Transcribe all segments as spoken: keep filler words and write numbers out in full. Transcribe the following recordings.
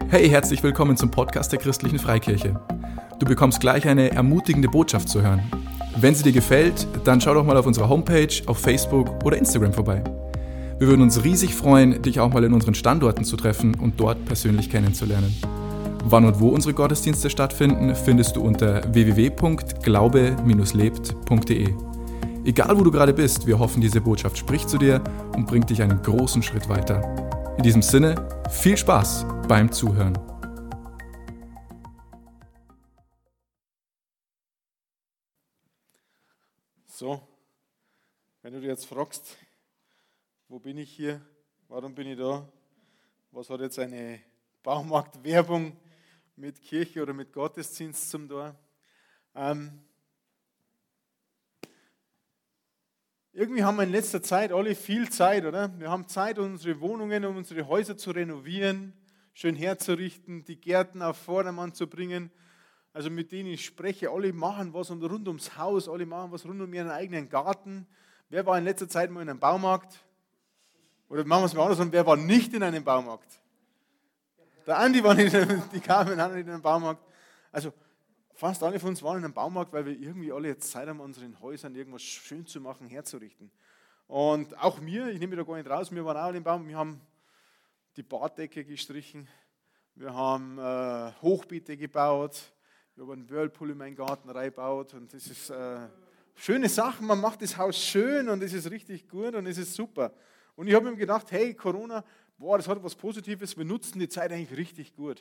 Hey, herzlich willkommen zum Podcast der Christlichen Freikirche. Du bekommst gleich eine ermutigende Botschaft zu hören. Wenn sie dir gefällt, dann schau doch mal auf unserer Homepage, auf Facebook oder Instagram vorbei. Wir würden uns riesig freuen, dich auch mal in unseren Standorten zu treffen und dort persönlich kennenzulernen. Wann und wo unsere Gottesdienste stattfinden, findest du unter w w w punkt glaube Bindestrich lebt punkt de. Egal wo du gerade bist, wir hoffen, diese Botschaft spricht zu dir und bringt dich einen großen Schritt weiter. In diesem Sinne, viel Spaß beim Zuhören. So, wenn du dir jetzt fragst, wo bin ich hier, warum bin ich da, was hat jetzt eine Baumarktwerbung mit Kirche oder mit Gottesdienst zum Tor? Ähm, irgendwie haben wir in letzter Zeit alle viel Zeit, oder? Wir haben Zeit, unsere Wohnungen und unsere Häuser zu renovieren, schön herzurichten, die Gärten auf Vordermann zu bringen. Also mit denen ich spreche, alle machen was rund ums Haus, alle machen was rund um ihren eigenen Garten. Wer war in letzter Zeit mal in einem Baumarkt? Oder machen wir es mal andersrum, wer war nicht in einem Baumarkt? Der Andi war nicht, die Carmen waren nicht in einem Baumarkt. Also fast alle von uns waren in einem Baumarkt, weil wir irgendwie alle jetzt Zeit haben, unseren Häusern irgendwas schön zu machen, herzurichten. Und auch mir, ich nehme mich da gar nicht raus, wir waren auch im Baumarkt, wir haben die Baddecke gestrichen, wir haben äh, Hochbeete gebaut, ich habe einen Whirlpool in meinen Garten reingebaut und das ist äh, schöne Sachen, man macht das Haus schön und es ist richtig gut und es ist super. Und ich habe mir gedacht, hey, Corona, boah, das hat was Positives, wir nutzen die Zeit eigentlich richtig gut.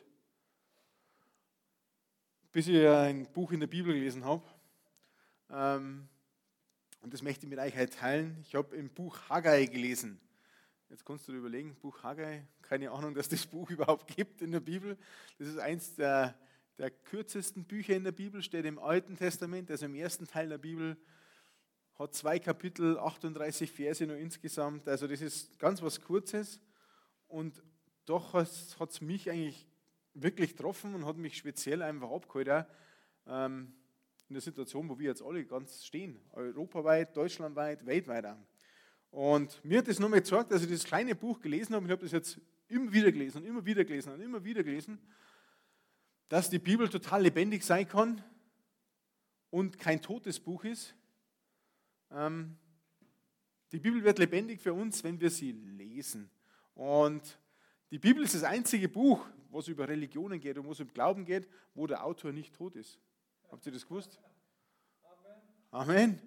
Bis ich ein Buch in der Bibel gelesen habe ähm, und das möchte ich mit euch heute teilen. Ich habe im Buch Haggai gelesen. Jetzt kannst du dir überlegen, Buch Haggai, keine Ahnung, dass das Buch überhaupt gibt in der Bibel. Das ist eins der der kürzesten Bücher in der Bibel, steht im Alten Testament, also im ersten Teil der Bibel, hat zwei Kapitel, achtunddreißig Verse nur insgesamt, also das ist ganz was Kurzes und doch hat es mich eigentlich wirklich getroffen und hat mich speziell einfach abgeholt, auch, ähm, in der Situation, wo wir jetzt alle ganz stehen, europaweit, deutschlandweit, weltweit auch. Und mir hat das nochmal gezeigt, dass ich das kleine Buch gelesen habe, ich habe das jetzt immer wieder gelesen und immer wieder gelesen und immer wieder gelesen, dass die Bibel total lebendig sein kann und kein totes Buch ist. Ähm, die Bibel wird lebendig für uns, wenn wir sie lesen. Und die Bibel ist das einzige Buch, was über Religionen geht und was um Glauben geht, wo der Autor nicht tot ist. Habt ihr das gewusst? Amen. Amen.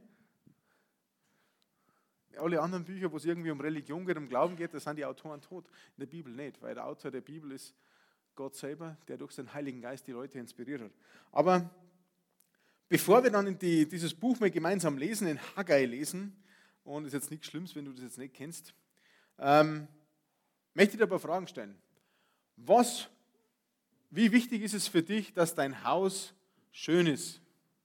Alle anderen Bücher, wo es irgendwie um Religion geht, um Glauben geht, da sind die Autoren tot. In der Bibel nicht, weil der Autor der Bibel ist Gott selber, der durch seinen Heiligen Geist die Leute inspiriert hat. Aber bevor wir dann in die, dieses Buch mal gemeinsam lesen, in Haggai lesen, und es ist jetzt nichts Schlimmes, wenn du das jetzt nicht kennst, ähm, möchte ich dir ein paar Fragen stellen. Was, wie wichtig ist es für dich, dass dein Haus schön ist?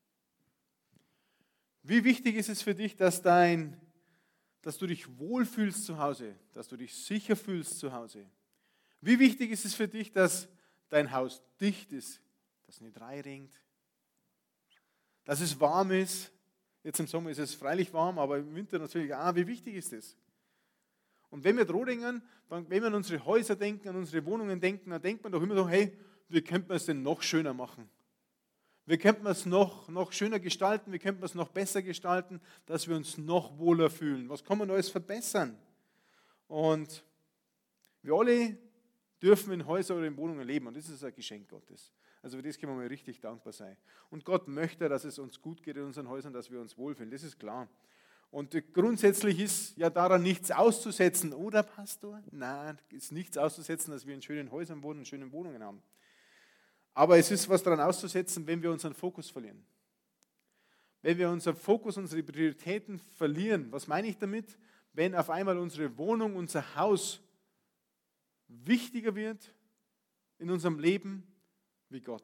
Wie wichtig ist es für dich, dass, dein, dass du dich wohlfühlst zu Hause, dass du dich sicher fühlst zu Hause? Wie wichtig ist es für dich, dass dein Haus dicht ist, dass es nicht reinringt, dass es warm ist? Jetzt im Sommer ist es freilich warm, aber im Winter natürlich auch. Wie wichtig ist das? Und wenn wir Drohdingen, wenn wir an unsere Häuser denken, an unsere Wohnungen denken, dann denkt man doch immer so, hey, wie könnten wir es denn noch schöner machen? Wie könnten wir es noch, noch schöner gestalten? Wie könnten wir es noch besser gestalten, dass wir uns noch wohler fühlen? Was kann man alles verbessern? Und wir alle dürfen in Häusern oder in Wohnungen leben. Und das ist ein Geschenk Gottes. Also für das können wir mal richtig dankbar sein. Und Gott möchte, dass es uns gut geht in unseren Häusern, dass wir uns wohlfühlen. Das ist klar. Und grundsätzlich ist ja daran nichts auszusetzen, oder Pastor? Nein, ist nichts auszusetzen, dass wir in schönen Häusern wohnen, in schönen Wohnungen haben. Aber es ist was daran auszusetzen, wenn wir unseren Fokus verlieren. Wenn wir unseren Fokus, unsere Prioritäten verlieren. Was meine ich damit? Wenn auf einmal unsere Wohnung, unser Haus wichtiger wird in unserem Leben wie Gott.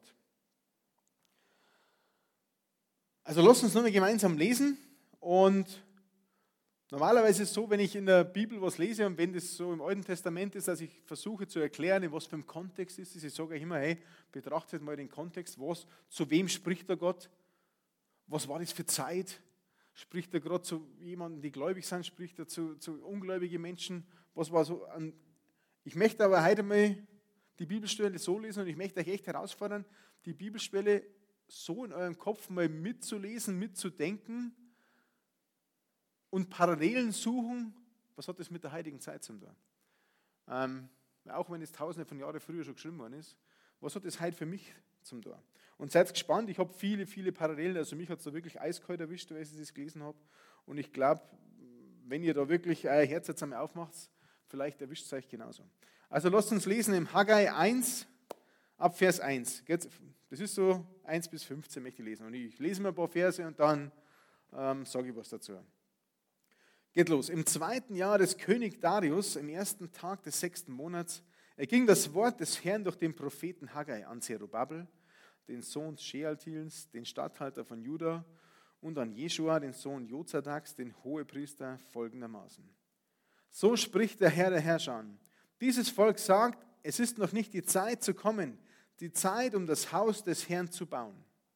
Also lasst uns nochmal gemeinsam lesen und normalerweise ist es so, wenn ich in der Bibel was lese und wenn das so im Alten Testament ist, dass ich versuche zu erklären, in was für einem Kontext ist es. Ich sage euch immer, hey, betrachtet mal den Kontext, was, zu wem spricht der Gott, was war das für Zeit, spricht er gerade zu jemandem, die gläubig sind, spricht er zu, zu ungläubigen Menschen, was war so an. Ich möchte aber heute mal die Bibelstelle so lesen und ich möchte euch echt herausfordern, die Bibelstelle so in eurem Kopf mal mitzulesen, mitzudenken und Parallelen suchen. Was hat das mit der heutigen Zeit zu tun? Ähm, auch wenn es tausende von Jahren früher schon geschrieben worden ist, was hat das heute für mich zum tun? Und seid gespannt, ich habe viele, viele Parallelen, also mich hat es da wirklich eiskalt erwischt, als ich das gelesen habe. Und ich glaube, wenn ihr da wirklich euer Herz jetzt einmal aufmacht, vielleicht erwischt es euch genauso. Also lasst uns lesen im Haggai eins, ab Vers eins. Das ist so eins bis fünfzehn möchte ich lesen. Und ich lese mir ein paar Verse und dann ähm, sage ich was dazu. Geht los. Im zweiten Jahr des König Darius, im ersten Tag des sechsten Monats, erging das Wort des Herrn durch den Propheten Haggai an Zerubabel, den Sohn Shealtiels, den Statthalter von Juda, und an Jeschua, den Sohn Jozadaks, den Hohepriester, folgendermaßen. So spricht der Herr der Herrscher. Dieses Volk sagt, es ist noch nicht die Zeit zu kommen, die Zeit, um das Haus des Herrn zu bauen.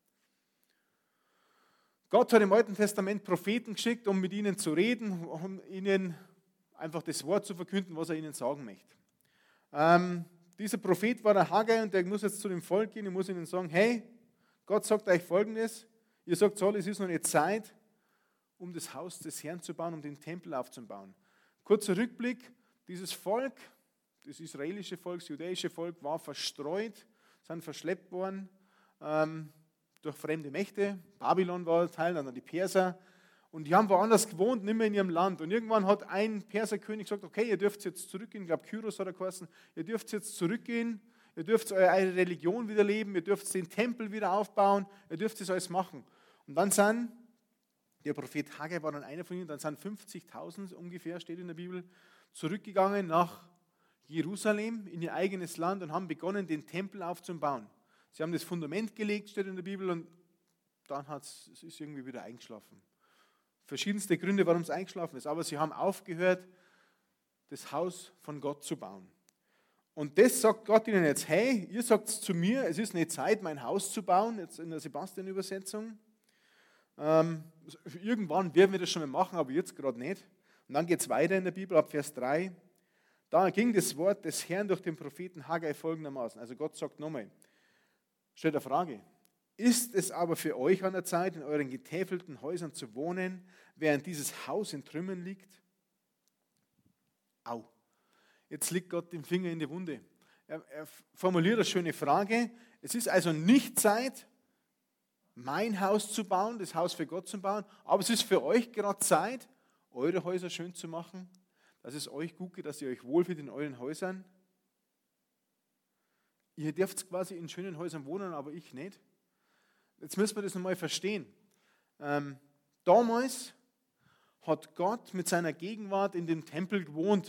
Gott hat im Alten Testament Propheten geschickt, um mit ihnen zu reden, um ihnen einfach das Wort zu verkünden, was er ihnen sagen möchte. Ähm, dieser Prophet war der Haggai und der muss jetzt zu dem Volk gehen und muss ihnen sagen, hey, Gott sagt euch Folgendes, ihr sagt so, es ist noch nicht Zeit, um das Haus des Herrn zu bauen, um den Tempel aufzubauen. Kurzer Rückblick, dieses Volk, das israelische Volk, das jüdische Volk war verstreut, sind verschleppt worden, ähm, durch fremde Mächte. Babylon war ein Teil, dann die Perser. Und die haben woanders gewohnt, nicht mehr in ihrem Land. Und irgendwann hat ein Perserkönig gesagt, okay, ihr dürft jetzt zurückgehen. Ich glaube, Kyros hat er geheißen. Ihr dürft jetzt zurückgehen. Ihr dürft eure Religion wieder leben. Ihr dürft den Tempel wieder aufbauen. Ihr dürft das alles machen. Und dann sind, der Prophet Haggai war dann einer von ihnen, dann sind fünfzigtausend ungefähr, steht in der Bibel, zurückgegangen nach Jerusalem, in ihr eigenes Land und haben begonnen, den Tempel aufzubauen. Sie haben das Fundament gelegt, steht in der Bibel, und dann hat's, es ist irgendwie wieder eingeschlafen. Verschiedenste Gründe, warum es eingeschlafen ist, aber sie haben aufgehört, das Haus von Gott zu bauen. Und das sagt Gott ihnen jetzt, hey, ihr sagt zu mir, es ist nicht Zeit, mein Haus zu bauen, jetzt in der Sebastian-Übersetzung. Ähm, irgendwann werden wir das schon mal machen, aber jetzt gerade nicht. Und dann geht es weiter in der Bibel, ab Vers drei. Da ging das Wort des Herrn durch den Propheten Haggai folgendermaßen. Also Gott sagt nochmal, stellt eine Frage. Ist es aber für euch an der Zeit, in euren getäfelten Häusern zu wohnen, während dieses Haus in Trümmern liegt? Au. Jetzt liegt Gott den Finger in die Wunde. Er, er formuliert eine schöne Frage. Es ist also nicht Zeit, mein Haus zu bauen, das Haus für Gott zu bauen, aber es ist für euch gerade Zeit, eure Häuser schön zu machen, dass es euch gut geht, dass ihr euch wohlfühlt in euren Häusern. Ihr dürft quasi in schönen Häusern wohnen, aber ich nicht. Jetzt müssen wir das nochmal verstehen. Ähm, damals hat Gott mit seiner Gegenwart in dem Tempel gewohnt.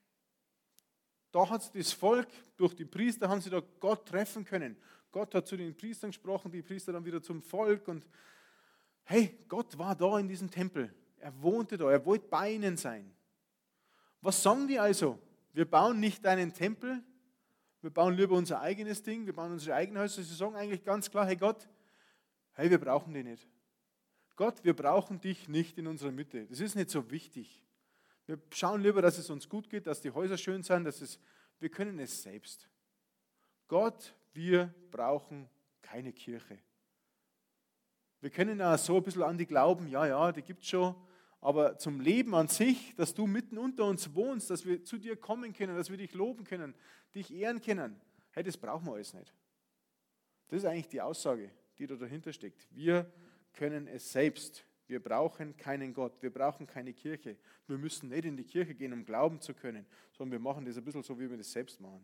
Da hat das Volk, durch die Priester, haben sie da Gott treffen können. Gott hat zu den Priestern gesprochen, die Priester dann wieder zum Volk. Und hey, Gott war da in diesem Tempel. Er wohnte da, er wollte bei ihnen sein. Was sagen die also? Wir bauen nicht einen Tempel, wir bauen lieber unser eigenes Ding, wir bauen unsere eigenen Häuser. Sie sagen eigentlich ganz klar, hey Gott, hey, wir brauchen dich nicht. Gott, wir brauchen dich nicht in unserer Mitte. Das ist nicht so wichtig. Wir schauen lieber, dass es uns gut geht, dass die Häuser schön sind, dass es, wir können es selbst. Gott, wir brauchen keine Kirche. Wir können ja so ein bisschen an die glauben, ja, ja, die gibt es schon, aber zum Leben an sich, dass du mitten unter uns wohnst, dass wir zu dir kommen können, dass wir dich loben können, dich ehren können, hey, das brauchen wir alles nicht. Das ist eigentlich die Aussage, die da dahinter steckt. Wir können es selbst. Wir brauchen keinen Gott. Wir brauchen keine Kirche. Wir müssen nicht in die Kirche gehen, um glauben zu können, sondern wir machen das ein bisschen so, wie wir das selbst machen.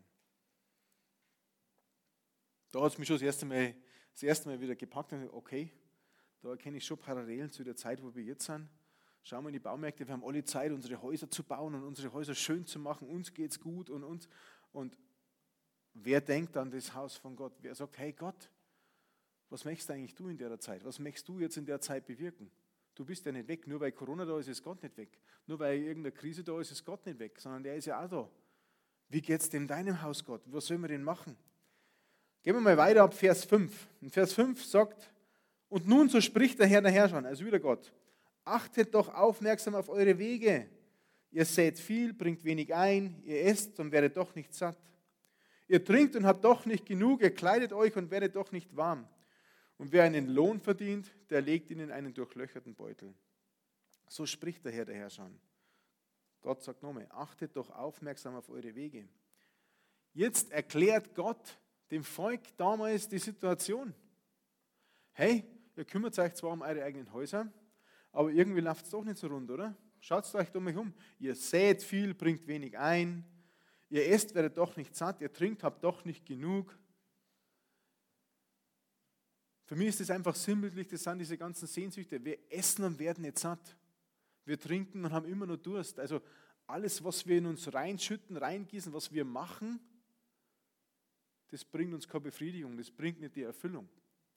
Da hat es mich schon das erste Mal, das erste Mal wieder gepackt und gesagt, okay, da erkenne ich schon Parallelen zu der Zeit, wo wir jetzt sind. Schauen wir in die Baumärkte, wir haben alle Zeit, unsere Häuser zu bauen und unsere Häuser schön zu machen. Uns geht es gut und uns. Und wer denkt an das Haus von Gott? Wer sagt, hey Gott, was möchtest eigentlich du in der Zeit? Was möchtest du jetzt in der Zeit bewirken? Du bist ja nicht weg. Nur weil Corona da ist, ist Gott nicht weg. Nur weil irgendeine Krise da ist, ist Gott nicht weg. Sondern der ist ja auch da. Wie geht es dem deinem Haus, Gott? Was sollen wir denn machen? Gehen wir mal weiter ab Vers fünf. In Vers fünf sagt, und nun so spricht der Herr der Herrscher, also wieder Gott, achtet doch aufmerksam auf eure Wege. Ihr sät viel, bringt wenig ein, ihr esst und werdet doch nicht satt. Ihr trinkt und habt doch nicht genug, ihr kleidet euch und werdet doch nicht warm. Und wer einen Lohn verdient, der legt ihn in einen durchlöcherten Beutel. So spricht der Herr der Herrscher. Gott sagt nochmal, achtet doch aufmerksam auf eure Wege. Jetzt erklärt Gott dem Volk damals die Situation. Hey, ihr kümmert euch zwar um eure eigenen Häuser, aber irgendwie läuft es doch nicht so rund, oder? Schaut euch um mich um. Ihr sät viel, bringt wenig ein. Ihr esst, werdet doch nicht satt. Ihr trinkt, habt doch nicht genug. Für mich ist das einfach sinnbildlich, das sind diese ganzen Sehnsüchte. Wir essen und werden nicht satt. Wir trinken und haben immer nur Durst. Also alles, was wir in uns reinschütten, reingießen, was wir machen, das bringt uns keine Befriedigung, das bringt nicht die Erfüllung.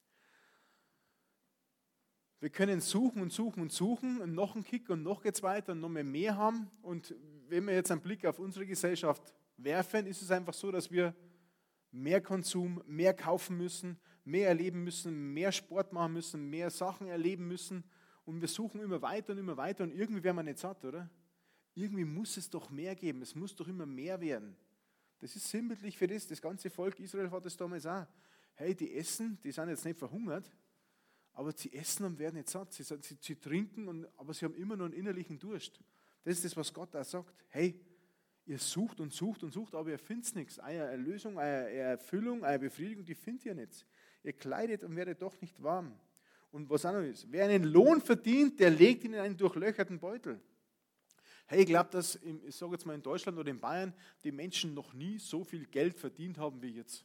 Wir können suchen und suchen und suchen und noch einen Kick und noch geht's weiter und noch mehr, mehr haben. Und wenn wir jetzt einen Blick auf unsere Gesellschaft werfen, ist es einfach so, dass wir mehr Konsum, mehr kaufen müssen, mehr erleben müssen, mehr Sport machen müssen, mehr Sachen erleben müssen. Und wir suchen immer weiter und immer weiter und irgendwie werden wir nicht satt, oder? Irgendwie muss es doch mehr geben, es muss doch immer mehr werden. Das ist sinnbildlich für das, das ganze Volk Israel hat das damals auch. Hey, die essen, die sind jetzt nicht verhungert, aber sie essen und werden nicht satt. Sie, sie, sie trinken, und, aber sie haben immer noch einen innerlichen Durst. Das ist das, was Gott da sagt. Hey, ihr sucht und sucht und sucht, aber ihr findet nichts. Eine Erlösung, eine Erfüllung, eine Befriedigung, die findet ihr nicht. Ihr kleidet und werdet doch nicht warm. Und was auch noch ist, wer einen Lohn verdient, der legt ihn in einen durchlöcherten Beutel. Hey, ich glaube, dass, im, ich sage jetzt mal in Deutschland oder in Bayern, die Menschen noch nie so viel Geld verdient haben wie jetzt.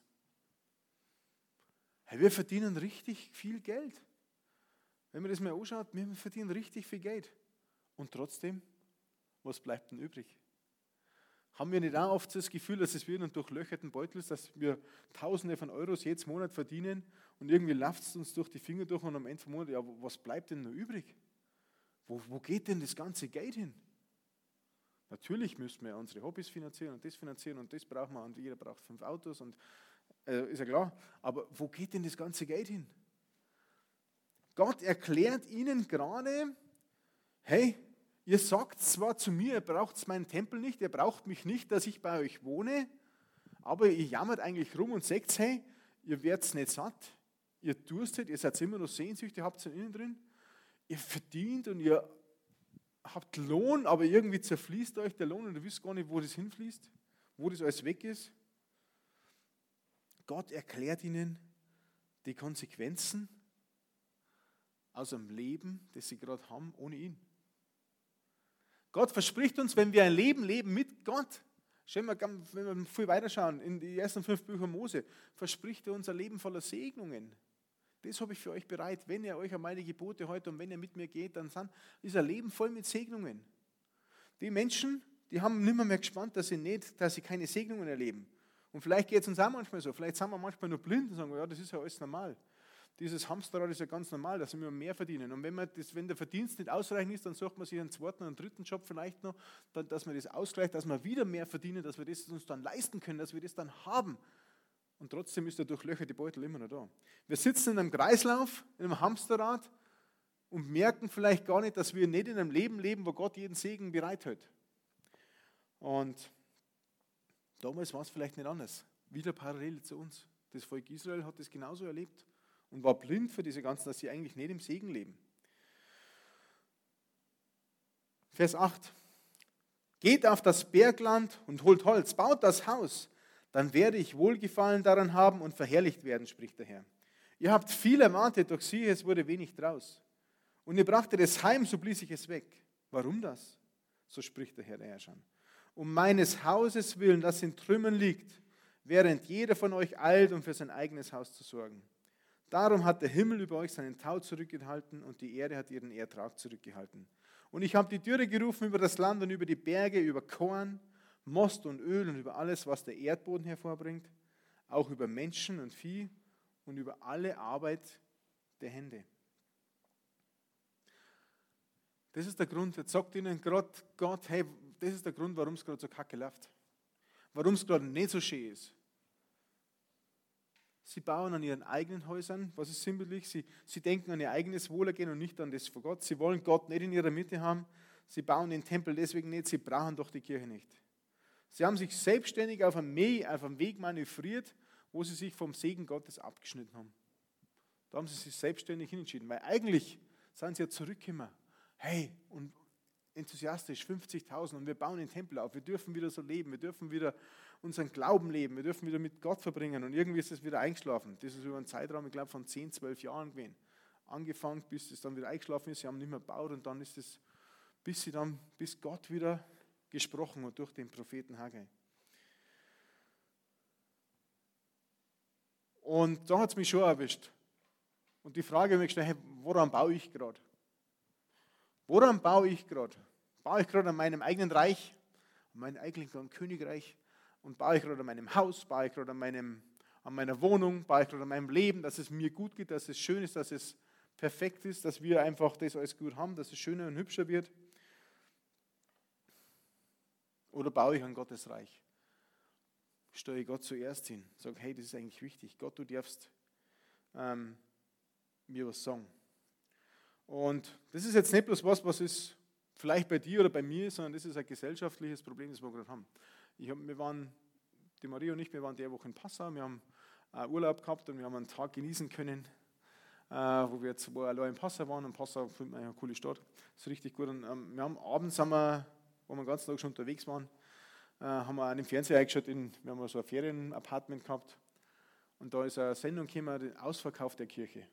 Hey, wir verdienen richtig viel Geld. Wenn man das mal anschaut, wir verdienen richtig viel Geld. Und trotzdem, was bleibt denn übrig? Haben wir nicht auch oft das Gefühl, dass es wie ein durchlöcherten Beutel ist, dass wir Tausende von Euros jeden Monat verdienen und irgendwie läuft es uns durch die Finger durch und am Ende vom Monat, ja, was bleibt denn noch übrig? Wo, wo geht denn das ganze Geld hin? Natürlich müssen wir unsere Hobbys finanzieren und das finanzieren und das brauchen wir und jeder braucht fünf Autos und äh, ist ja klar, aber wo geht denn das ganze Geld hin? Gott erklärt ihnen gerade, hey, ihr sagt zwar zu mir, ihr braucht meinen Tempel nicht, ihr braucht mich nicht, dass ich bei euch wohne, aber ihr jammert eigentlich rum und sagt, hey, ihr werdet nicht satt, ihr durstet, ihr seid immer noch sehnsüchtig, ihr habt es in innen drin, ihr verdient und ihr habt Lohn, aber irgendwie zerfließt euch der Lohn und ihr wisst gar nicht, wo das hinfließt, wo das alles weg ist. Gott erklärt ihnen die Konsequenzen aus dem Leben, das sie gerade haben, ohne ihn. Gott verspricht uns, wenn wir ein Leben leben mit Gott, wenn wir viel weiterschauen, in die ersten fünf Bücher Mose, verspricht er uns ein Leben voller Segnungen. Das habe ich für euch bereit. Wenn ihr euch an meine Gebote heute und wenn ihr mit mir geht, dann ist ein Leben voll mit Segnungen. Die Menschen, die haben nicht mehr, mehr gespannt, dass sie, nicht, dass sie keine Segnungen erleben. Und vielleicht geht es uns auch manchmal so. Vielleicht sind wir manchmal nur blind und sagen, ja, das ist ja alles normal. Dieses Hamsterrad ist ja ganz normal, dass wir mehr verdienen. Und wenn, man das, wenn der Verdienst nicht ausreichend ist, dann sucht man sich einen zweiten oder einen dritten Job vielleicht noch, dann, dass man das ausgleicht, dass wir wieder mehr verdienen, dass wir das uns dann leisten können, dass wir das dann haben. Und trotzdem ist der durchlöcherte Beutel immer noch da. Wir sitzen in einem Kreislauf, in einem Hamsterrad und merken vielleicht gar nicht, dass wir nicht in einem Leben leben, wo Gott jeden Segen bereithält. Und damals war es vielleicht nicht anders. Wieder parallel zu uns. Das Volk Israel hat das genauso erlebt und war blind für diese ganzen, dass sie eigentlich nicht im Segen leben. Vers acht. Geht auf das Bergland und holt Holz, baut das Haus, dann werde ich Wohlgefallen daran haben und verherrlicht werden, spricht der Herr. Ihr habt viel erwartet, doch siehe, es wurde wenig draus. Und ihr brachtet es heim, so blies ich es weg. Warum das? So spricht der Herr der Herrscher. Um meines Hauses willen, das in Trümmern liegt, während jeder von euch eilt, um für sein eigenes Haus zu sorgen. Darum hat der Himmel über euch seinen Tau zurückgehalten und die Erde hat ihren Ertrag zurückgehalten. Und ich habe die Dürre gerufen über das Land und über die Berge, über Korn, Most und Öl und über alles, was der Erdboden hervorbringt, auch über Menschen und Vieh und über alle Arbeit der Hände. Das ist der Grund, jetzt sagt ihnen gerade Gott, hey, das ist der Grund, warum es gerade so kacke läuft. Warum es gerade nicht so schön ist. Sie bauen an ihren eigenen Häusern, was ist sinnbildlich? Sie, sie denken an ihr eigenes Wohlergehen und nicht an das von Gott. Sie wollen Gott nicht in ihrer Mitte haben. Sie bauen den Tempel deswegen nicht, sie brauchen doch die Kirche nicht. Sie haben sich selbstständig auf einem Weg manövriert, wo sie sich vom Segen Gottes abgeschnitten haben. Da haben sie sich selbstständig hinentschieden, weil eigentlich sind sie ja zurückgekommen. Hey, und enthusiastisch, fünfzigtausend und wir bauen den Tempel auf, wir dürfen wieder so leben, wir dürfen wieder unseren Glauben leben, wir dürfen wieder mit Gott verbringen und irgendwie ist es wieder eingeschlafen. Das ist über einen Zeitraum, ich glaube, von zehn, zwölf Jahren gewesen. Angefangen, bis es dann wieder eingeschlafen ist, sie haben nicht mehr gebaut und dann ist es, bis sie dann, bis Gott wieder gesprochen hat durch den Propheten Haggai. Und da hat es mich schon erwischt. Und die Frage habe ich gestellt, hey, woran baue ich gerade? Woran baue ich gerade? Baue ich gerade an meinem eigenen Reich, an meinem eigenen Königreich? Und baue ich gerade an meinem Haus? Baue ich gerade an, meinem, an meiner Wohnung? Baue ich gerade an meinem Leben, dass es mir gut geht, dass es schön ist, dass es perfekt ist, dass wir einfach das alles gut haben, dass es schöner und hübscher wird? Oder baue ich an Gottes Reich? Stelle ich Gott zuerst hin? Sage, hey, das ist eigentlich wichtig. Gott, du darfst ähm, mir was sagen. Und das ist jetzt nicht bloß was, was ist vielleicht bei dir oder bei mir, sondern das ist ein gesellschaftliches Problem, das wir gerade haben. Ich hab, wir waren, die Maria und ich, wir waren die Woche in Passau, wir haben äh, Urlaub gehabt und wir haben einen Tag genießen können, äh, wo wir jetzt wo allein in Passau waren. Und Passau findet man eine coole Stadt, das ist richtig gut. Und ähm, wir haben abends, haben wir, wo wir den ganzen Tag schon unterwegs waren, äh, haben wir an den Fernseher eingeschaut, in, wir haben so ein Ferienapartment gehabt und da ist eine Sendung gekommen, den Ausverkauf der Kirche.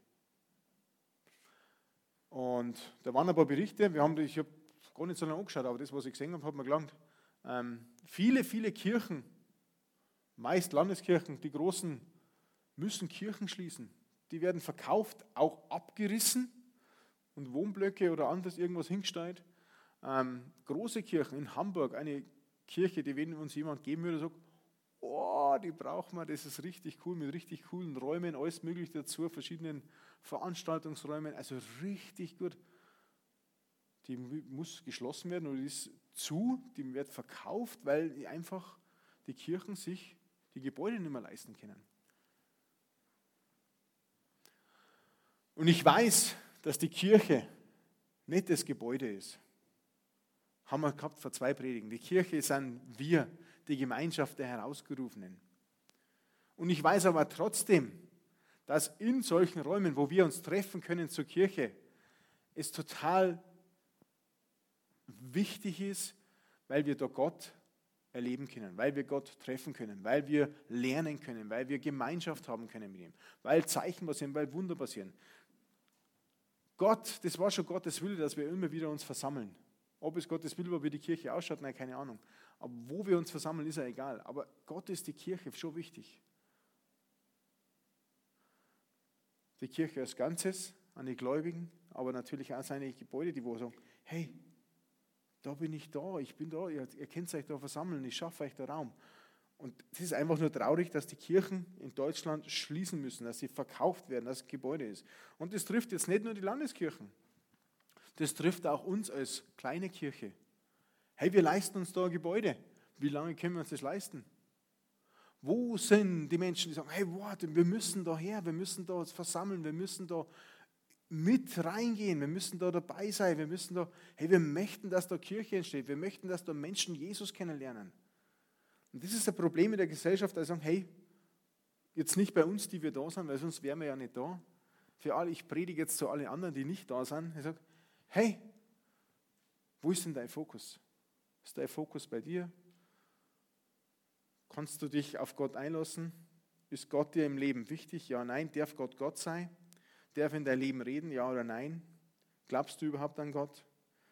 Und da waren ein paar Berichte, wir haben, ich habe gar nicht so lange angeschaut, aber das, was ich gesehen habe, hat mir gelangt. Ähm, viele, viele Kirchen, meist Landeskirchen, die großen, müssen Kirchen schließen. Die werden verkauft, auch abgerissen und Wohnblöcke oder anderes irgendwas hingestellt. Ähm, große Kirchen in Hamburg, eine Kirche, die wenn uns jemand geben würde, sagt, oh, die brauchen wir, das ist richtig cool, mit richtig coolen Räumen, alles mögliche dazu, verschiedenen Veranstaltungsräumen, also richtig gut. Die muss geschlossen werden oder die ist zu, die wird verkauft, weil die einfach die Kirchen sich die Gebäude nicht mehr leisten können. Und ich weiß, dass die Kirche nicht das Gebäude ist. Haben wir gehabt vor zwei Predigen. Die Kirche sind wir, die Gemeinschaft der Herausgerufenen. Und ich weiß aber trotzdem, dass in solchen Räumen, wo wir uns treffen können zur Kirche, es total wichtig ist, weil wir da Gott erleben können, weil wir Gott treffen können, weil wir lernen können, weil wir Gemeinschaft haben können mit ihm, weil Zeichen passieren, weil Wunder passieren. Gott, das war schon Gottes Wille, dass wir immer wieder uns versammeln. Ob es Gottes Wille war, wie die Kirche ausschaut, nein, keine Ahnung. Aber wo wir uns versammeln, ist ja egal. Aber Gott ist die Kirche schon wichtig. Die Kirche als Ganzes, an die Gläubigen, aber natürlich auch seine Gebäude, die wo sagen, hey, da bin ich da, ich bin da, ihr, ihr könnt euch da versammeln, ich schaffe euch da Raum. Und es ist einfach nur traurig, dass die Kirchen in Deutschland schließen müssen, dass sie verkauft werden, dass es Gebäude ist. Und das trifft jetzt nicht nur die Landeskirchen, das trifft auch uns als kleine Kirche. Hey, wir leisten uns da ein Gebäude. Wie lange können wir uns das leisten? Wo sind die Menschen, die sagen, hey, warte, wir müssen da her, wir müssen da uns versammeln, wir müssen da mit reingehen, wir müssen da dabei sein, wir müssen da, hey, wir möchten, dass da Kirche entsteht, wir möchten, dass da Menschen Jesus kennenlernen. Und das ist ein Problem in der Gesellschaft, dass sie sagen, hey, jetzt nicht bei uns, die wir da sind, weil sonst wären wir ja nicht da. Für alle, ich predige jetzt zu allen anderen, die nicht da sind. Ich sage, hey, wo ist denn dein Fokus? Ist dein Fokus bei dir? Kannst du dich auf Gott einlassen? Ist Gott dir im Leben wichtig? Ja, nein. Darf Gott Gott sein? Darf in dein Leben reden? Ja oder nein? Glaubst du überhaupt an Gott?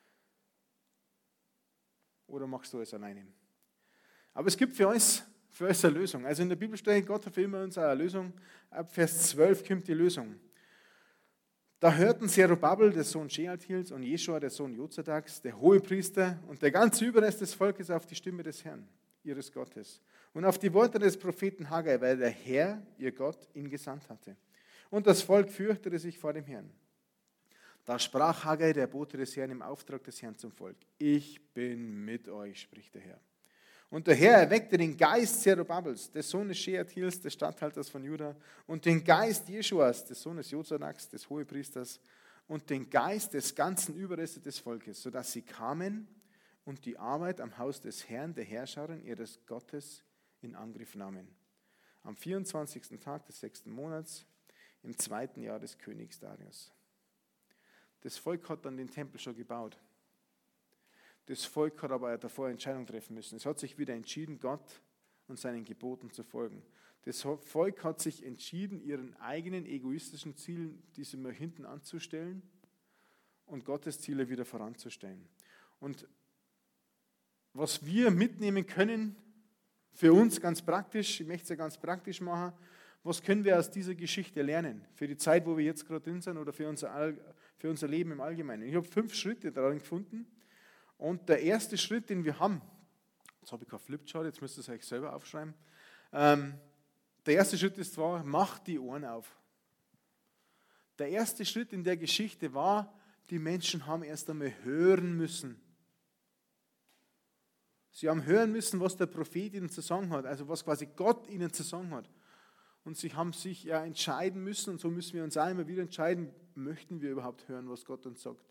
Oder machst du es alleine? Aber es gibt für uns, für uns eine Lösung. Also in der Bibel steht, Gott hat für immer uns eine Lösung. Ab Vers zwölf kommt die Lösung. Da hörten Zerubabel, der Sohn Shealtiels, und Jeschua, der Sohn Jozadaks, der Hohepriester und der ganze Überrest des Volkes auf die Stimme des Herrn, ihres Gottes, und auf die Worte des Propheten Haggai, weil der Herr, ihr Gott, ihn gesandt hatte. Und das Volk fürchtete sich vor dem Herrn. Da sprach Haggai, der Bote des Herrn, im Auftrag des Herrn zum Volk: Ich bin mit euch, spricht der Herr. Und der Herr erweckte den Geist Zerubabels, des Sohnes Shealtiels, des Statthalters von Juda, und den Geist Jeschuas, des Sohnes Jozadaks, des Hohepriesters, und den Geist des ganzen Überrestes des Volkes, sodass sie kamen und die Arbeit am Haus des Herrn, der Herrscherin ihres Gottes, in Angriff nahmen. Am vierundzwanzigsten Tag des sechsten Monats, im zweiten Jahr des Königs Darius. Das Volk hat dann den Tempel schon gebaut. Das Volk hat aber davor Entscheidungen treffen müssen. Es hat sich wieder entschieden, Gott und seinen Geboten zu folgen. Das Volk hat sich entschieden, ihren eigenen egoistischen Zielen, diese mal hinten anzustellen und Gottes Ziele wieder voranzustellen. Und was wir mitnehmen können, für uns ganz praktisch, ich möchte es ja ganz praktisch machen, was können wir aus dieser Geschichte lernen? Für die Zeit, wo wir jetzt gerade drin sind oder für unser, All, für unser Leben im Allgemeinen. Ich habe fünf Schritte darin gefunden und der erste Schritt, den wir haben, jetzt habe ich kein Flipchart, jetzt müsst ihr es euch selber aufschreiben. Ähm, der erste Schritt ist zwar, macht die Ohren auf. Der erste Schritt in der Geschichte war, die Menschen haben erst einmal hören müssen. Sie haben hören müssen, was der Prophet ihnen zu sagen hat, also was quasi Gott ihnen zu sagen hat. Und sie haben sich ja entscheiden müssen, und so müssen wir uns auch immer wieder entscheiden, möchten wir überhaupt hören, was Gott uns sagt?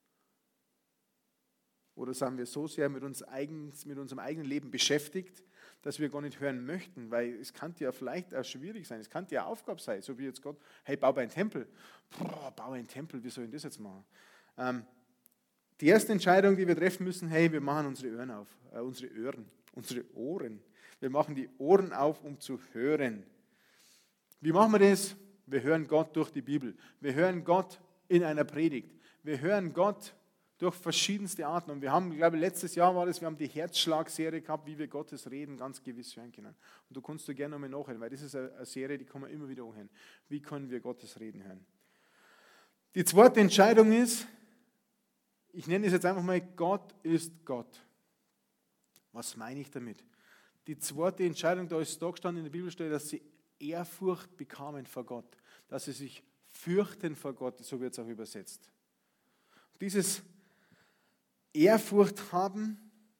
Oder sind wir so sehr mit, uns eigen, mit unserem eigenen Leben beschäftigt, dass wir gar nicht hören möchten, weil es kann ja vielleicht auch schwierig sein, es kann ja Aufgabe sein, so wie jetzt Gott, hey, baue einen Tempel. Boah, baue einen Tempel, wie soll ich das jetzt machen? Ähm, die erste Entscheidung, die wir treffen müssen, hey, wir machen unsere Ohren auf, äh, unsere Ohren, unsere Ohren. Wir machen die Ohren auf, um zu hören. Wie machen wir das? Wir hören Gott durch die Bibel. Wir hören Gott in einer Predigt. Wir hören Gott durch verschiedenste Arten. Und wir haben, ich glaube, letztes Jahr war das, wir haben die Herzschlag-Serie gehabt, wie wir Gottes Reden ganz gewiss hören können. Und du kannst du gerne nochmal nachhören, weil das ist eine Serie, die kann man immer wieder anhören. Wie können wir Gottes Reden hören? Die zweite Entscheidung ist, ich nenne es jetzt einfach mal, Gott ist Gott. Was meine ich damit? Die zweite Entscheidung, da ist da gestanden in der Bibel steht, dass sie Ehrfurcht bekamen vor Gott. Dass sie sich fürchten vor Gott, so wird es auch übersetzt. Dieses Ehrfurcht haben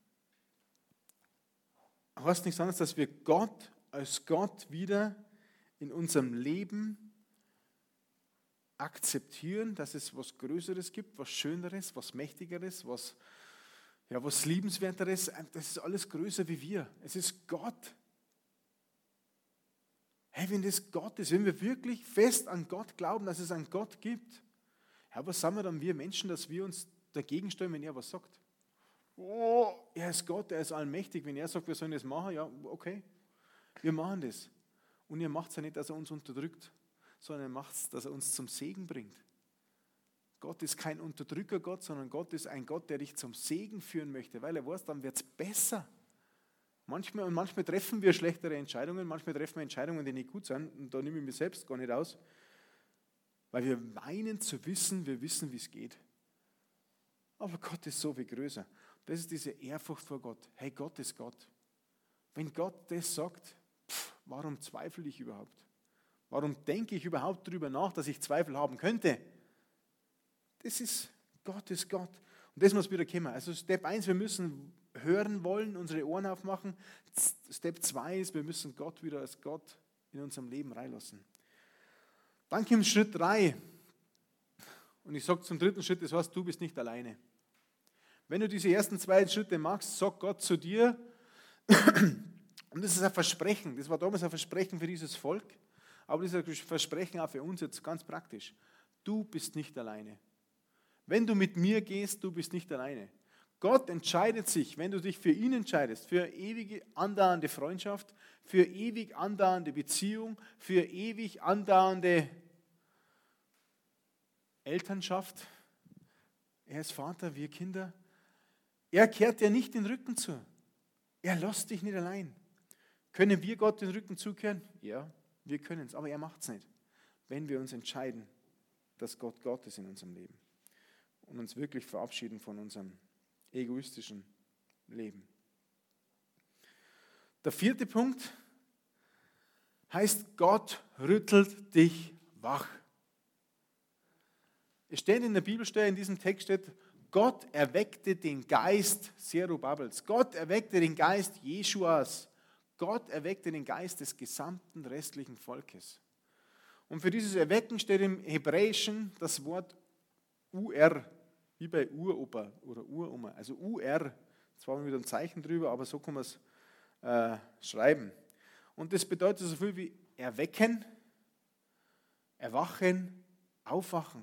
heißt nichts anderes, dass wir Gott als Gott wieder in unserem Leben akzeptieren, dass es was Größeres gibt, was Schöneres, was Mächtigeres, was, ja, was Liebenswerteres. Das ist alles größer wie wir. Es ist Gott. Hey, wenn das Gott ist, wenn wir wirklich fest an Gott glauben, dass es einen Gott gibt, ja, was sagen wir dann wir Menschen, dass wir uns dagegen stellen, wenn er was sagt? Oh, er ist Gott, er ist allmächtig. Wenn er sagt, wir sollen das machen, ja, okay, wir machen das. Und er macht es ja nicht, dass er uns unterdrückt, sondern er macht es, dass er uns zum Segen bringt. Gott ist kein Unterdrücker-Gott, sondern Gott ist ein Gott, der dich zum Segen führen möchte, weil er weiß, dann wird es besser. Manchmal, und manchmal treffen wir schlechtere Entscheidungen, manchmal treffen wir Entscheidungen, die nicht gut sind, und da nehme ich mich selbst gar nicht aus, weil wir meinen zu wissen, wir wissen, wie es geht. Aber Gott ist so viel größer. Das ist diese Ehrfurcht vor Gott. Hey, Gott ist Gott. Wenn Gott das sagt, pff, warum zweifle ich überhaupt? Warum denke ich überhaupt darüber nach, dass ich Zweifel haben könnte? Das ist, Gott ist Gott. Und das muss wieder kommen. Also Step eins, wir müssen hören wollen, unsere Ohren aufmachen. Step zwei ist, wir müssen Gott wieder als Gott in unserem Leben reinlassen. Dann kommt Schritt drei. Und ich sage zum dritten Schritt, das heißt, du bist nicht alleine. Wenn du diese ersten zwei Schritte machst, sagt Gott zu dir, und das ist ein Versprechen, das war damals ein Versprechen für dieses Volk, aber das ist ein Versprechen auch für uns jetzt ganz praktisch. Du bist nicht alleine. Wenn du mit mir gehst, du bist nicht alleine. Gott entscheidet sich, wenn du dich für ihn entscheidest, für ewige andauernde Freundschaft, für ewig andauernde Beziehung, für ewig andauernde Elternschaft. Er ist Vater, wir Kinder. Er kehrt dir nicht den Rücken zu. Er lässt dich nicht allein. Können wir Gott den Rücken zukehren? Ja, wir können es, aber er macht es nicht. Wenn wir uns entscheiden, dass Gott Gott ist in unserem Leben und uns wirklich verabschieden von unserem egoistischen Leben. Der vierte Punkt heißt, Gott rüttelt dich wach. Es steht in der Bibelstelle, in diesem Text steht, Gott erweckte den Geist Zerubabels. Gott erweckte den Geist Jeschuas. Gott erweckte den Geist des gesamten restlichen Volkes. Und für dieses Erwecken steht im Hebräischen das Wort U R, wie bei Uropa oder Uroma. Also U R zwar mit einem Zeichen drüber, aber so kann man es äh, schreiben. Und das bedeutet so viel wie erwecken, erwachen, aufwachen.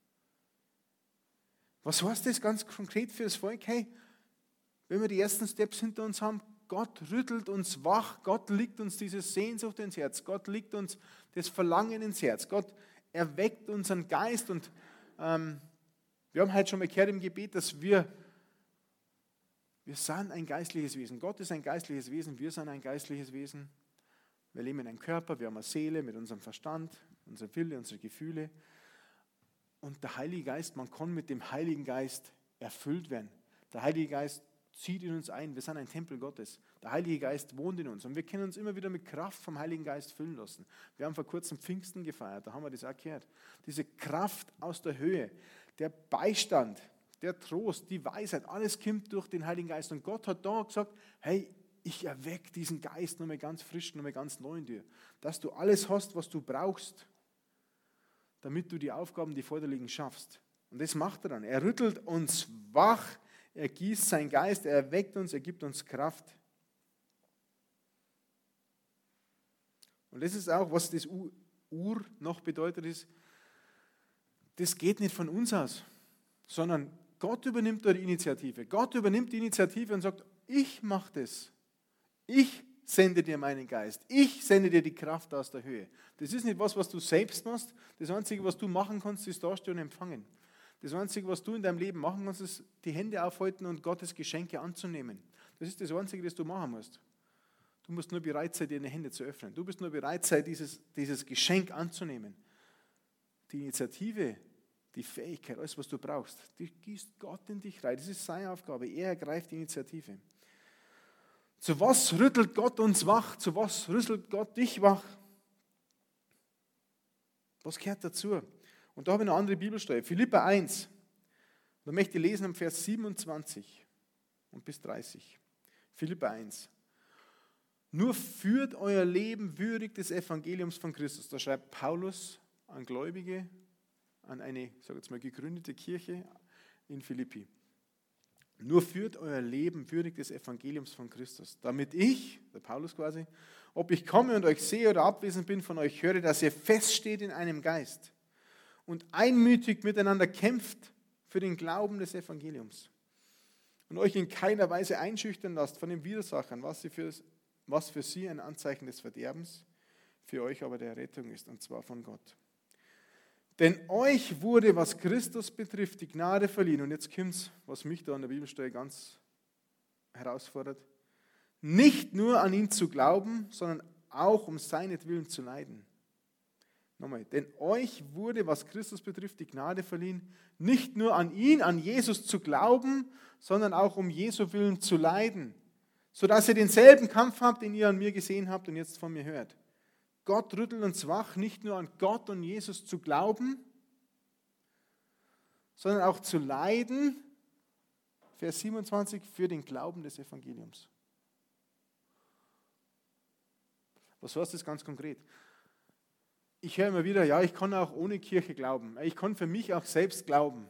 Was heißt das ganz konkret für das Volk? Hey, wenn wir die ersten Steps hinter uns haben, Gott rüttelt uns wach, Gott legt uns diese Sehnsucht ins Herz, Gott legt uns das Verlangen ins Herz, Gott erweckt unseren Geist. Und ähm, wir haben heute schon mal gehört im Gebet, dass wir, wir sind ein geistliches Wesen. Gott ist ein geistliches Wesen, wir sind ein geistliches Wesen. Wir leben in einem Körper, wir haben eine Seele mit unserem Verstand, unserer Wille, unsere Gefühle. Und der Heilige Geist, man kann mit dem Heiligen Geist erfüllt werden. Der Heilige Geist zieht in uns ein. Wir sind ein Tempel Gottes. Der Heilige Geist wohnt in uns. Und wir können uns immer wieder mit Kraft vom Heiligen Geist füllen lassen. Wir haben vor kurzem Pfingsten gefeiert, da haben wir das auch gehört. Diese Kraft aus der Höhe, der Beistand, der Trost, die Weisheit, alles kommt durch den Heiligen Geist. Und Gott hat da gesagt, hey, ich erwecke diesen Geist nochmal ganz frisch, nochmal ganz neu in dir. Dass du alles hast, was du brauchst, damit du die Aufgaben, die vor dir liegen, schaffst. Und das macht er dann. Er rüttelt uns wach, er gießt seinen Geist, er erweckt uns, er gibt uns Kraft. Und das ist auch, was das Ur noch bedeutet, ist, das geht nicht von uns aus, sondern Gott übernimmt da die Initiative. Gott übernimmt die Initiative und sagt, ich mache das. Ich sende dir meinen Geist. Ich sende dir die Kraft aus der Höhe. Das ist nicht was, was du selbst machst. Das Einzige, was du machen kannst, ist dastehen und empfangen. Das Einzige, was du in deinem Leben machen kannst, ist die Hände aufhalten und Gottes Geschenke anzunehmen. Das ist das Einzige, das du machen musst. Du musst nur bereit sein, deine Hände zu öffnen. Du musst nur bereit sein, dieses, dieses Geschenk anzunehmen. Die Initiative, die Fähigkeit, alles, was du brauchst, die gießt Gott in dich rein. Das ist seine Aufgabe. Er ergreift die Initiative. Zu was rüttelt Gott uns wach? Zu was rüttelt Gott dich wach? Was gehört dazu? Und da habe ich eine andere Bibelstelle. Philipper eins. Da möchte ich lesen am Vers siebenundzwanzig und bis dreißig. Philipper eins. Nur führt euer Leben würdig des Evangeliums von Christus. Da schreibt Paulus an Gläubige, an eine, ich sage jetzt mal, gegründete Kirche in Philippi. Nur führt euer Leben würdig des Evangeliums von Christus, damit ich, der Paulus quasi, ob ich komme und euch sehe oder abwesend bin, von euch höre, dass ihr feststeht in einem Geist und einmütig miteinander kämpft für den Glauben des Evangeliums und euch in keiner Weise einschüchtern lasst von den Widersachern, was, sie für, was für sie ein Anzeichen des Verderbens, für euch aber der Rettung ist, und zwar von Gott. Denn euch wurde, was Christus betrifft, die Gnade verliehen. Und jetzt kommt es, was mich da an der Bibelstelle ganz herausfordert. Nicht nur an ihn zu glauben, sondern auch um seinetwillen zu leiden. Nochmal. Denn euch wurde, was Christus betrifft, die Gnade verliehen, nicht nur an ihn, an Jesus zu glauben, sondern auch um Jesu Willen zu leiden. Sodass ihr denselben Kampf habt, den ihr an mir gesehen habt und jetzt von mir hört. Gott rüttelt uns wach, nicht nur an Gott und Jesus zu glauben, sondern auch zu leiden, Vers siebenundzwanzig, für den Glauben des Evangeliums. Was heißt das ganz konkret? Ich höre immer wieder, ja, ich kann auch ohne Kirche glauben. Ich kann für mich auch selbst glauben.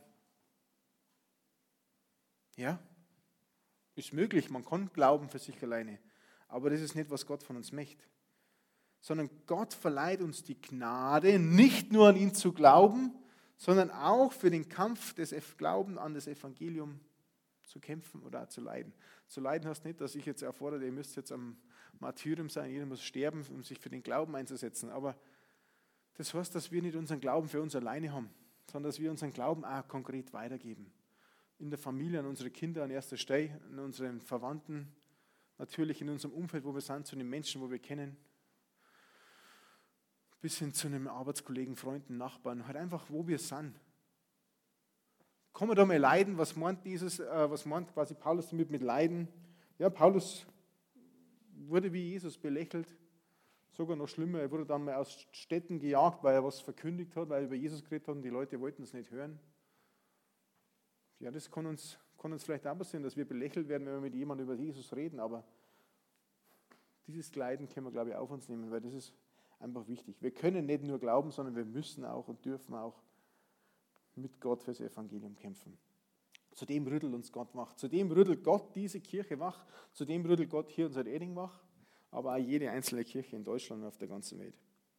Ja, ist möglich, man kann glauben für sich alleine. Aber das ist nicht, was Gott von uns möchte. Sondern Gott verleiht uns die Gnade, nicht nur an ihn zu glauben, sondern auch für den Kampf des Glaubens an das Evangelium zu kämpfen oder zu leiden. Zu leiden heißt nicht, dass ich jetzt erfordere, ihr müsst jetzt am Martyrium sein, jeder muss sterben, um sich für den Glauben einzusetzen. Aber das heißt, dass wir nicht unseren Glauben für uns alleine haben, sondern dass wir unseren Glauben auch konkret weitergeben. In der Familie, an unsere Kinder an erster Stelle, an unseren Verwandten, natürlich in unserem Umfeld, wo wir sind, zu den Menschen, wo wir kennen, bis hin zu einem Arbeitskollegen, Freunden, Nachbarn, halt einfach, wo wir sind. Kann man da mal leiden? Was meint dieses, äh, was meint quasi Paulus damit mit Leiden? Ja, Paulus wurde wie Jesus belächelt, sogar noch schlimmer, er wurde dann mal aus Städten gejagt, weil er was verkündigt hat, weil er über Jesus geredet hat und die Leute wollten es nicht hören. Ja, das kann uns, kann uns vielleicht auch passieren, dass wir belächelt werden, wenn wir mit jemandem über Jesus reden, aber dieses Leiden können wir, glaube ich, auf uns nehmen, weil das ist einfach wichtig. Wir können nicht nur glauben, sondern wir müssen auch und dürfen auch mit Gott fürs Evangelium kämpfen. Zu dem rüttelt uns Gott wach. Zu dem rüttelt Gott diese Kirche wach. Zu dem rüttelt Gott hier unser Erding wach. Aber auch jede einzelne Kirche in Deutschland und auf der ganzen Welt.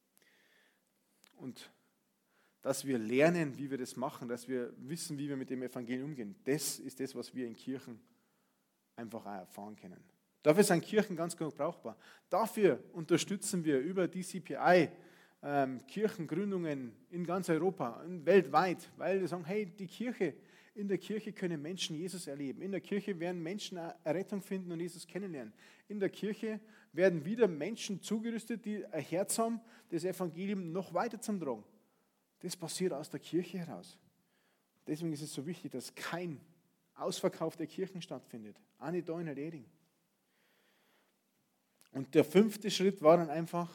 Und dass wir lernen, wie wir das machen, dass wir wissen, wie wir mit dem Evangelium umgehen, das ist das, was wir in Kirchen einfach auch erfahren können. Dafür sind Kirchen ganz gut brauchbar. Dafür unterstützen wir über die C P I ähm, Kirchengründungen in ganz Europa, weltweit, weil wir sagen, hey, die Kirche, in der Kirche können Menschen Jesus erleben. In der Kirche werden Menschen Errettung finden und Jesus kennenlernen. In der Kirche werden wieder Menschen zugerüstet, die ein Herz haben, das Evangelium noch weiter zum Tragen. Das passiert aus der Kirche heraus. Deswegen ist es so wichtig, dass kein Ausverkauf der Kirchen stattfindet. Auch nicht da in der Erding. Und der fünfte Schritt war dann einfach,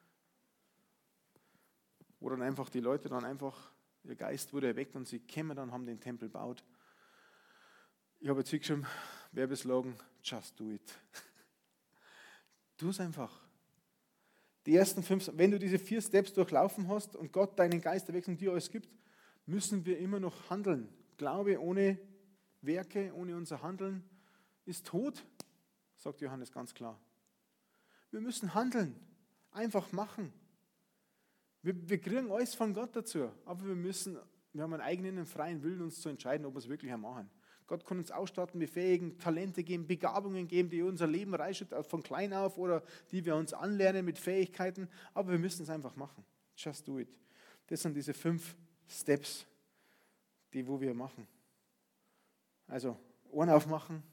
wo dann einfach die Leute dann einfach, ihr Geist wurde erweckt und sie kämen dann, haben den Tempel gebaut. Ich habe jetzt geschrieben, Werbeslogan, just do it. Tu es einfach. Die ersten fünf, wenn du diese vier Steps durchlaufen hast und Gott deinen Geist erweckt und dir alles gibt, müssen wir immer noch handeln. Glaube ohne Werke, ohne unser Handeln ist tot, sagt Johannes ganz klar. Wir müssen handeln, einfach machen. Wir, wir kriegen alles von Gott dazu, aber wir müssen, wir haben einen eigenen freien Willen, uns zu entscheiden, ob wir es wirklich machen. Gott kann uns ausstatten, befähigen, Talente geben, Begabungen geben, die unser Leben reichert, von klein auf oder die wir uns anlernen mit Fähigkeiten, aber wir müssen es einfach machen. Just do it. Das sind diese fünf Steps, die wo wir machen. Also Ohren aufmachen.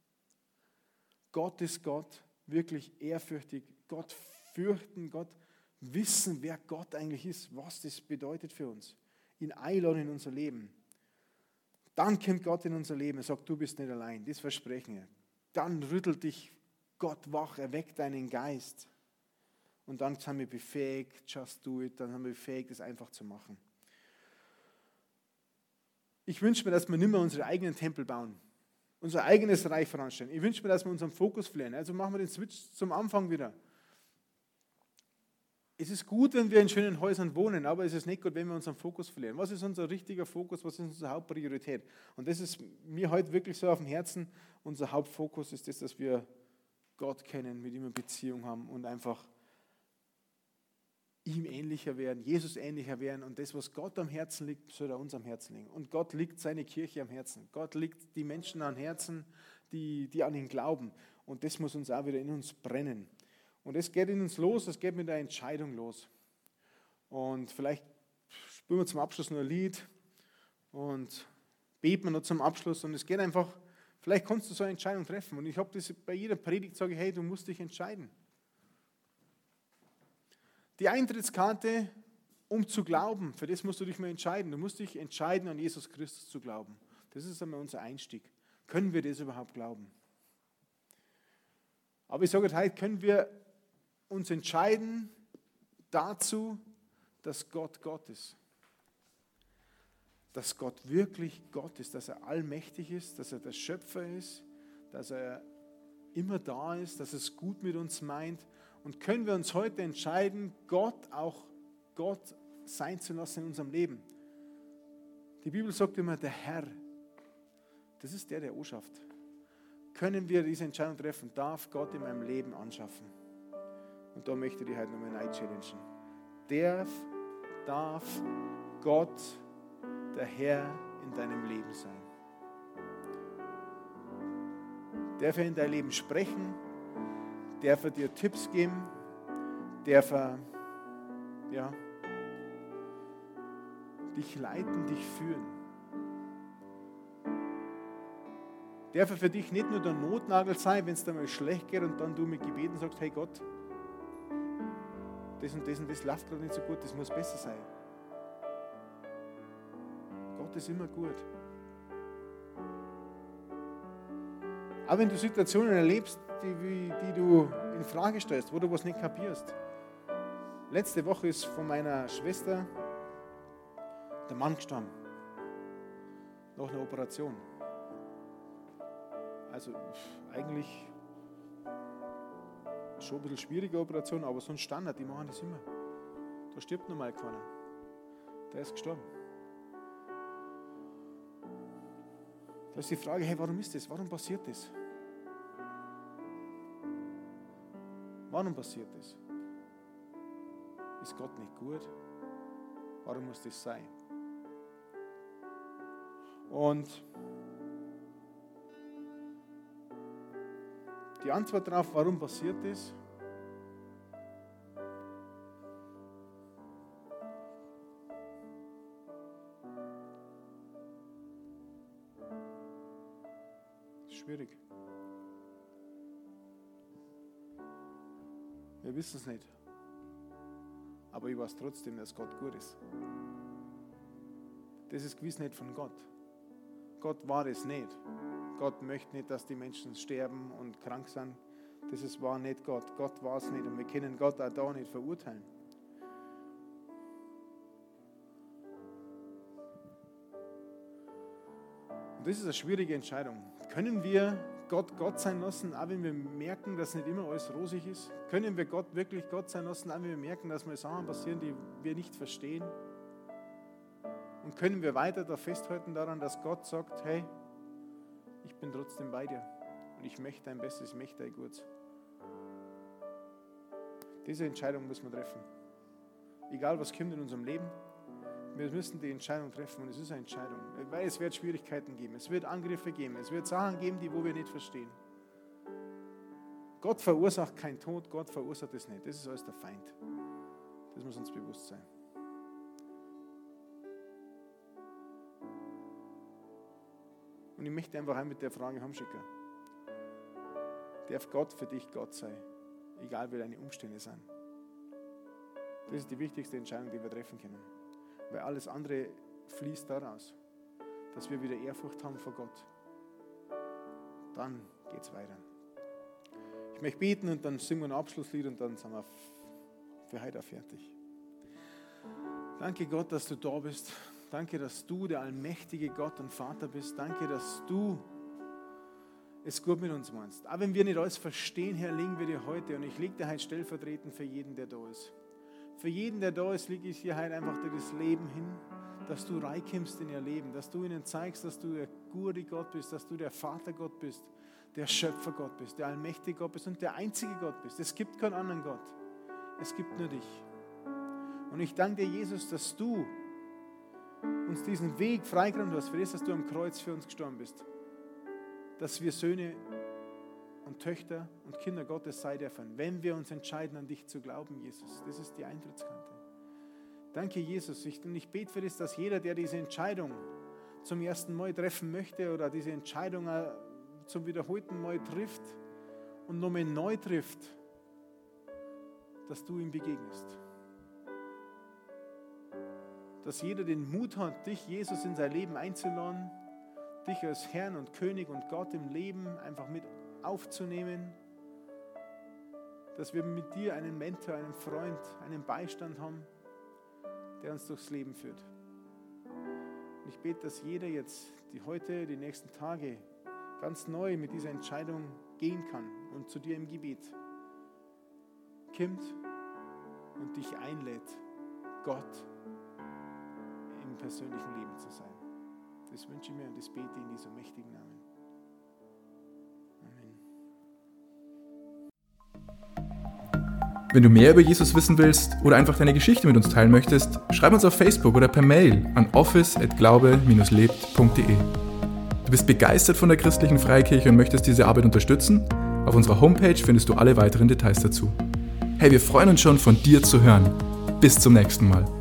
Gott ist Gott, wirklich ehrfürchtig. Gott fürchten, Gott wissen, wer Gott eigentlich ist, was das bedeutet für uns. Ihn einladen in unser Leben. Dann kommt Gott in unser Leben und sagt, du bist nicht allein. Das versprechen wir. Dann rüttelt dich Gott wach, erweckt deinen Geist. Und dann sind wir befähigt, just do it, dann sind wir befähigt, das einfach zu machen. Ich wünsche mir, dass wir nicht mehr unsere eigenen Tempel bauen, unser eigenes Reich voranstellen. Ich wünsche mir, dass wir unseren Fokus verlieren. Also machen wir den Switch zum Anfang wieder. Es ist gut, wenn wir in schönen Häusern wohnen, aber es ist nicht gut, wenn wir unseren Fokus verlieren. Was ist unser richtiger Fokus? Was ist unsere Hauptpriorität? Und das ist mir heute wirklich so auf dem Herzen. Unser Hauptfokus ist das, dass wir Gott kennen, mit ihm eine Beziehung haben und einfach ihm ähnlicher werden, Jesus ähnlicher werden. Und das, was Gott am Herzen liegt, soll er uns am Herzen liegen. Und Gott liegt seine Kirche am Herzen. Gott liegt die Menschen am Herzen, die, die an ihn glauben. Und das muss uns auch wieder in uns brennen. Und es geht in uns los, es geht mit der Entscheidung los. Und vielleicht spielen wir zum Abschluss noch ein Lied und beten wir noch zum Abschluss. Und es geht einfach, vielleicht kannst du so eine Entscheidung treffen. Und ich habe das bei jeder Predigt, sage ich, hey, du musst dich entscheiden. Die Eintrittskarte, um zu glauben, für das musst du dich mal entscheiden. Du musst dich entscheiden, an Jesus Christus zu glauben. Das ist einmal unser Einstieg. Können wir das überhaupt glauben? Aber ich sage heute, können wir uns entscheiden dazu, dass Gott Gott ist. Dass Gott wirklich Gott ist, dass er allmächtig ist, dass er der Schöpfer ist, dass er immer da ist, dass es gut mit uns meint. Und können wir uns heute entscheiden, Gott auch Gott sein zu lassen in unserem Leben. Die Bibel sagt immer, der Herr, das ist der, der anschafft. Können wir diese Entscheidung treffen, darf Gott in meinem Leben anschaffen? Und da möchte ich heute nochmal neu challengen. Darf, darf Gott der Herr in deinem Leben sein? Darf er in dein Leben sprechen? Darf er dir Tipps geben? Darf er ja, dich leiten, dich führen? Darf er für dich nicht nur der Notnagel sein, wenn es dir mal schlecht geht und dann du mit Gebeten sagst, hey Gott, das und das und das läuft gerade nicht so gut, das muss besser sein. Gott ist immer gut. Auch wenn du Situationen erlebst, die, die du in Frage stellst, wo du was nicht kapierst. Letzte Woche ist von meiner Schwester der Mann gestorben. Nach einer Operation. Also eigentlich schon ein bisschen schwierige Operation, aber so ein Standard, die machen das immer. Da stirbt normal keiner. Der ist gestorben. Da ist die Frage, hey, warum ist das? Warum passiert das? Warum passiert das? Ist Gott nicht gut? Warum muss das sein? Und die Antwort darauf, warum passiert das? Ist schwierig. Wir wissen es nicht. Aber ich weiß trotzdem, dass Gott gut ist. Das ist gewiss nicht von Gott. Gott war es nicht. Gott möchte nicht, dass die Menschen sterben und krank sind. Das ist, war nicht Gott. Gott war es nicht. Und wir können Gott auch da nicht verurteilen. Und das ist eine schwierige Entscheidung. Können wir Gott Gott sein lassen, auch wenn wir merken, dass nicht immer alles rosig ist? Können wir Gott wirklich Gott sein lassen, auch wenn wir merken, dass mal Sachen passieren, die wir nicht verstehen? Und können wir weiter da festhalten daran, dass Gott sagt, hey, ich bin trotzdem bei dir und ich möchte dein Bestes, ich möchte dein Gutes. Diese Entscheidung muss man treffen. Egal was kommt in unserem Leben, wir müssen die Entscheidung treffen und es ist eine Entscheidung. Weil es wird Schwierigkeiten geben, es wird Angriffe geben, es wird Sachen geben, die wo wir nicht verstehen. Gott verursacht keinen Tod, Gott verursacht es nicht. Das ist alles der Feind. Das muss uns bewusst sein. Und ich möchte einfach mit der Frage heimschicken. Darf Gott für dich Gott sein, egal wie deine Umstände sind? Das ist die wichtigste Entscheidung, die wir treffen können. Weil alles andere fließt daraus, dass wir wieder Ehrfurcht haben vor Gott. Dann geht es weiter. Ich möchte beten und dann singen wir ein Abschlusslied und dann sind wir für heute auch fertig. Danke Gott, dass du da bist. Danke, dass du der allmächtige Gott und Vater bist. Danke, dass du es gut mit uns meinst. Auch wenn wir nicht alles verstehen, Herr, legen wir dir heute, und ich lege dir heute stellvertretend für jeden, der da ist. Für jeden, der da ist, lege ich hier heute einfach dir das Leben hin, dass du reinkommst in ihr Leben, dass du ihnen zeigst, dass du der gute Gott bist, dass du der Vatergott bist, der Schöpfergott bist, der allmächtige Gott bist und der einzige Gott bist. Es gibt keinen anderen Gott. Es gibt nur dich. Und ich danke dir, Jesus, dass du uns diesen Weg freigeräumt hast, für das, dass du am Kreuz für uns gestorben bist. Dass wir Söhne und Töchter und Kinder Gottes sein dürfen, wenn wir uns entscheiden, an dich zu glauben, Jesus. Das ist die Eintrittskarte. Danke, Jesus. Ich, und ich bete für das, dass jeder, der diese Entscheidung zum ersten Mal treffen möchte oder diese Entscheidung zum wiederholten Mal trifft und nochmal neu trifft, dass du ihm begegnest. Dass jeder den Mut hat, dich, Jesus, in sein Leben einzuladen, dich als Herrn und König und Gott im Leben einfach mit aufzunehmen, dass wir mit dir einen Mentor, einen Freund, einen Beistand haben, der uns durchs Leben führt. Und ich bete, dass jeder jetzt, die heute, die nächsten Tage, ganz neu mit dieser Entscheidung gehen kann und zu dir im Gebet kommt und dich einlädt, Gott im persönlichen Leben zu sein. Das wünsche ich mir und das bete ich in diesem mächtigen Namen. Wenn du mehr über Jesus wissen willst oder einfach deine Geschichte mit uns teilen möchtest, schreib uns auf Facebook oder per Mail an office at glaube dash lebt punkt de. Du bist begeistert von der christlichen Freikirche und möchtest diese Arbeit unterstützen? Auf unserer Homepage findest du alle weiteren Details dazu. Hey, wir freuen uns schon, von dir zu hören. Bis zum nächsten Mal.